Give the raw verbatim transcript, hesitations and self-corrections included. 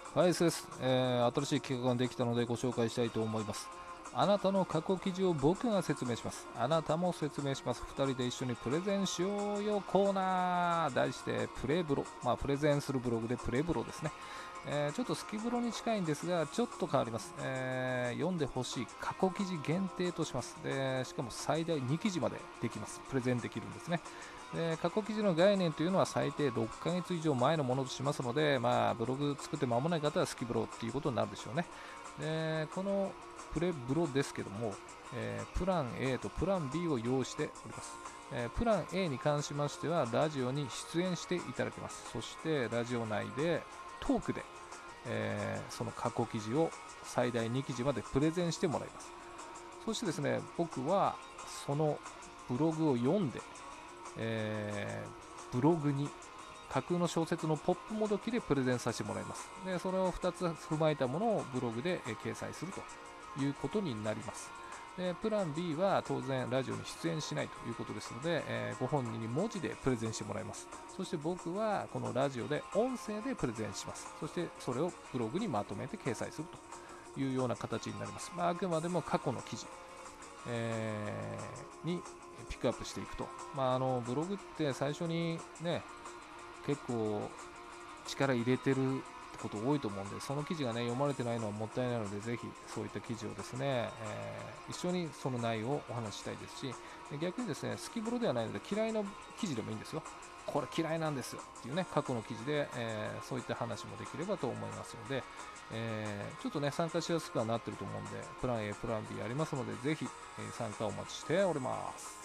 はい、そうです、えー新しい企画ができたのでご紹介したいと思います。あなたの過去記事を僕が説明します。あなたも説明します。ふたりで一緒にプレゼンしようよコーナー。題してプレブロ。まあ、プレゼンするブログでプレブロですね。えーちょっとスキブロに近いんですが、ちょっと変わります。えー読んでほしい過去記事限定とします。で、しかも最大に記事までできます。プレゼンできるんですね。で過去記事の概念というのは最低ろっかげつ以上前のものとしますので、まあ、ブログ作って間もない方はスキブロっていうことになるでしょうね。でこのプレブロですけども、えープラン A とプラン B を用意しております。えープラン A に関しましてはラジオに出演していただきます。そしてラジオ内でトークで、えーその過去記事を最大に記事までプレゼンしてもらいます。そしてですね、僕はそのブログを読んで、えーブログに架空の小説のポップもどきでプレゼンさせてもらいます。でそれをふたつ踏まえたものをブログで、えー掲載するということになります。でプラン B は当然ラジオに出演しないということですので、えーご本人に文字でプレゼンしてもらいます。そして僕はこのラジオで音声でプレゼンします。そしてそれをブログにまとめて掲載するというような形になります。まあ、あくまでも過去の記事、えーにピックアップしていくと。まあ、あのブログって最初にね、結構力入れてること多いと思うんで、その記事がね読まれてないのはもったいないので、ぜひそういった記事をですね、えー一緒にその内容をお話ししたいですし、逆にですね、好きブロではないので嫌いな記事でもいいんですよ。これ嫌いなんですよっていうね、過去の記事で、えーそういった話もできればと思いますので、えーちょっとね参加しやすくはなってると思うんで、プラン A プラン B ありますので、ぜひ、えー参加お待ちしております。